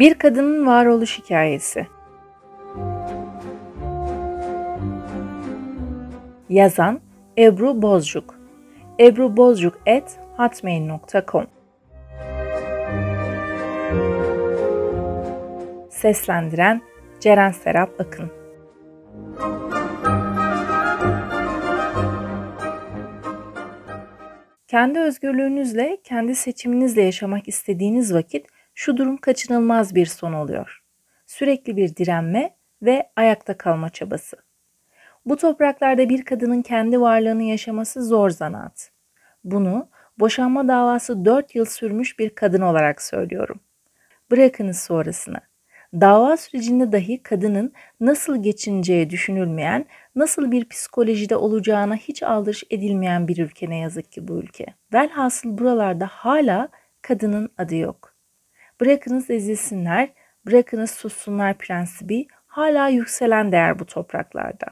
Bir kadının varoluş hikayesi. Yazan Ebru Bozcuk. ebrubozcuk@hotmail.com. Seslendiren Ceren Serap Akın. Kendi özgürlüğünüzle, kendi seçiminizle yaşamak istediğiniz vakit şu durum kaçınılmaz bir son oluyor. Sürekli bir direnme ve ayakta kalma çabası. Bu topraklarda bir kadının kendi varlığını yaşaması zor zanaat. Bunu boşanma davası 4 yıl sürmüş bir kadın olarak söylüyorum. Bırakınız sonrasını. Dava sürecinde dahi kadının nasıl geçineceği düşünülmeyen, nasıl bir psikolojide olacağına hiç aldırış edilmeyen bir ülke ne yazık ki bu ülke. Velhasıl buralarda hala kadının adı yok. Bırakınız ezilsinler, bırakınız sussunlar prensibi hala yükselen değer bu topraklarda.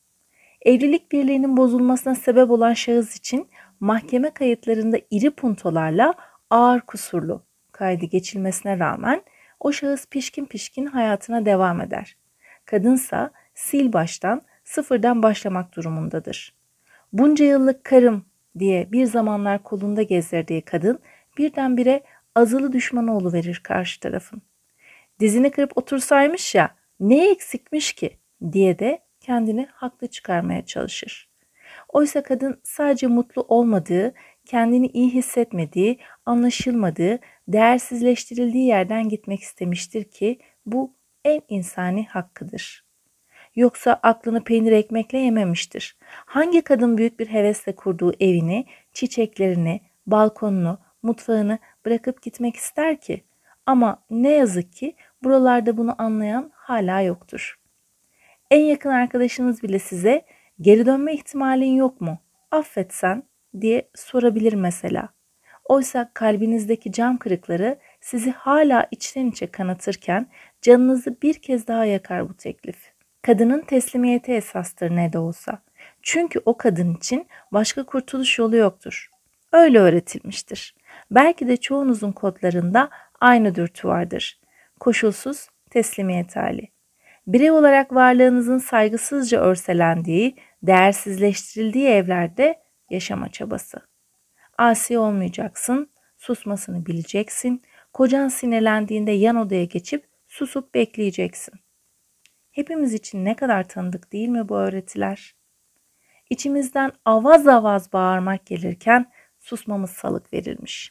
Evlilik birliğinin bozulmasına sebep olan şahıs için mahkeme kayıtlarında iri puntolarla ağır kusurlu kaydı geçilmesine rağmen o şahıs pişkin pişkin hayatına devam eder. Kadınsa sil baştan, sıfırdan başlamak durumundadır. Bunca yıllık karım diye bir zamanlar kolunda gezdirdiği kadın birdenbire azılı düşmanı oluverir karşı tarafın. Dizini kırıp otursaymış ya, ne eksikmiş ki diye de kendini haklı çıkarmaya çalışır. Oysa kadın sadece mutlu olmadığı, kendini iyi hissetmediği, anlaşılmadığı, değersizleştirildiği yerden gitmek istemiştir ki bu en insani hakkıdır. Yoksa aklını peynir ekmekle yememiştir. Hangi kadın büyük bir hevesle kurduğu evini, çiçeklerini, balkonunu, mutfağını bırakıp gitmek ister ki? Ama ne yazık ki buralarda bunu anlayan hala yoktur. En yakın arkadaşınız bile size geri dönme ihtimalin yok mu? Affetsen diye sorabilir mesela. Oysa kalbinizdeki cam kırıkları sizi hala içten içe kanatırken canınızı bir kez daha yakar bu teklif. Kadının teslimiyeti esastır ne de olsa. Çünkü o kadın için başka kurtuluş yolu yoktur. Öyle öğretilmiştir. Belki de çoğunuzun kodlarında aynı dürtü vardır. Koşulsuz teslimiyet hali. Birey olarak varlığınızın saygısızca örselendiği, değersizleştirildiği evlerde yaşama çabası. Asi olmayacaksın, susmasını bileceksin, kocan sinirlendiğinde yan odaya geçip susup bekleyeceksin. Hepimiz için ne kadar tanıdık değil mi bu öğretiler? İçimizden avaz avaz bağırmak gelirken susmamız salık verilmiş.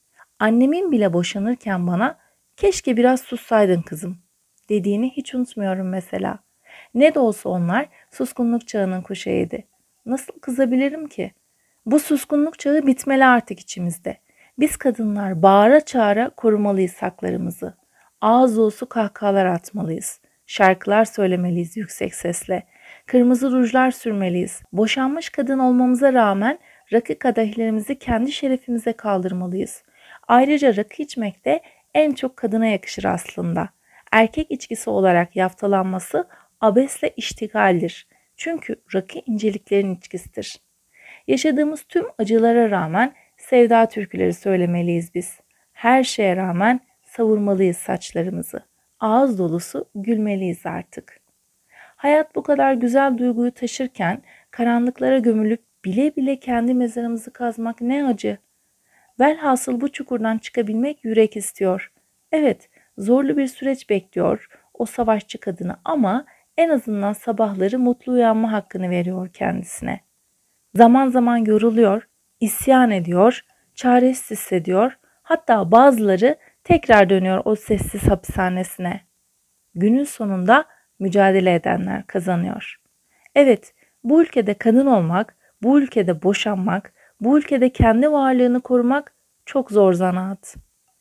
Annemin bile boşanırken bana keşke biraz sussaydın kızım dediğini hiç unutmuyorum mesela. Ne de olsa onlar suskunluk çağının kuşağıydı. Nasıl kızabilirim ki? Bu suskunluk çağı bitmeli artık içimizde. Biz kadınlar bağıra çağıra korumalıyız haklarımızı. Ağız dolusu kahkahalar atmalıyız. Şarkılar söylemeliyiz yüksek sesle. Kırmızı rujlar sürmeliyiz. Boşanmış kadın olmamıza rağmen rakı kadehlerimizi kendi şerefimize kaldırmalıyız. Ayrıca rakı içmek de en çok kadına yakışır aslında. Erkek içkisi olarak yaftalanması abesle iştigaldir. Çünkü rakı inceliklerin içkisidir. Yaşadığımız tüm acılara rağmen sevda türküleri söylemeliyiz biz. Her şeye rağmen savurmalıyız saçlarımızı. Ağız dolusu gülmeliyiz artık. Hayat bu kadar güzel duyguyu taşırken karanlıklara gömülüp bile bile kendi mezarımızı kazmak ne acı. Velhasıl bu çukurdan çıkabilmek yürek istiyor. Evet, zorlu bir süreç bekliyor o savaşçı kadını ama en azından sabahları mutlu uyanma hakkını veriyor kendisine. Zaman zaman yoruluyor, isyan ediyor, çaresiz hissediyor, hatta bazıları tekrar dönüyor o sessiz hapishanesine. Günün sonunda mücadele edenler kazanıyor. Evet, bu ülkede kadın olmak, bu ülkede boşanmak, bu ülkede kendi varlığını korumak çok zor zanaat.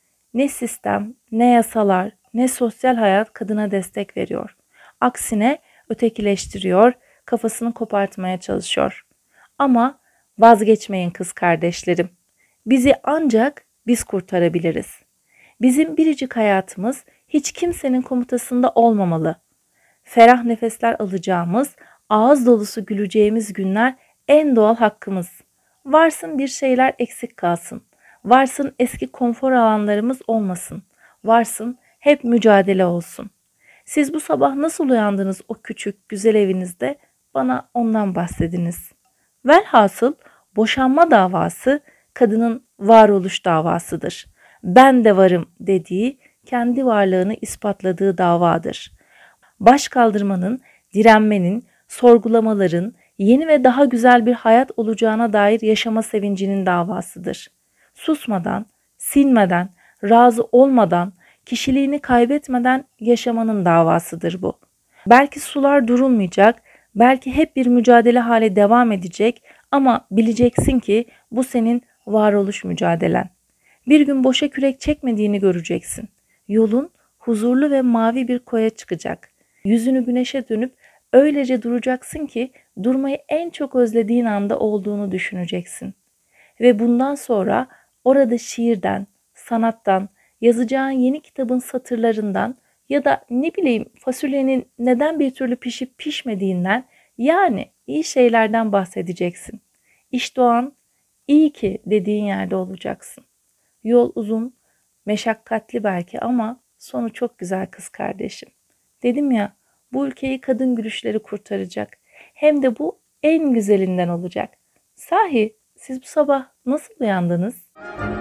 Ne sistem, ne yasalar, ne sosyal hayat kadına destek veriyor. Aksine ötekileştiriyor, kafasını kopartmaya çalışıyor. Ama vazgeçmeyin kız kardeşlerim. Bizi ancak biz kurtarabiliriz. Bizim biricik hayatımız hiç kimsenin komutasında olmamalı. Ferah nefesler alacağımız, ağız dolusu güleceğimiz günler en doğal hakkımız. Varsın bir şeyler eksik kalsın. Varsın eski konfor alanlarımız olmasın. Varsın hep mücadele olsun. Siz bu sabah nasıl uyandınız o küçük, güzel evinizde? Bana ondan bahsediniz. Velhasıl boşanma davası kadının varoluş davasıdır. Ben de varım dediği, kendi varlığını ispatladığı davadır. Baş kaldırmanın, direnmenin, sorgulamaların, yeni ve daha güzel bir hayat olacağına dair yaşama sevincinin davasıdır. Susmadan, sinmeden, razı olmadan, kişiliğini kaybetmeden yaşamanın davasıdır bu. Belki sular durulmayacak, belki hep bir mücadele hale devam edecek ama bileceksin ki bu senin varoluş mücadelen. Bir gün boşa kürek çekmediğini göreceksin. Yolun huzurlu ve mavi bir koya çıkacak. Yüzünü güneşe dönüp öylece duracaksın ki durmayı en çok özlediğin anda olduğunu düşüneceksin. Ve bundan sonra orada şiirden, sanattan, yazacağın yeni kitabın satırlarından ya da ne bileyim fasulyenin neden bir türlü pişip pişmediğinden, yani iyi şeylerden bahsedeceksin. İşte o an iyi ki dediğin yerde olacaksın. Yol uzun, meşakkatli belki ama sonu çok güzel kız kardeşim. dedim ya, bu ülkeyi kadın gülüşleri kurtaracak. Hem de bu en güzelinden olacak. Sahi siz bu sabah nasıl uyandınız?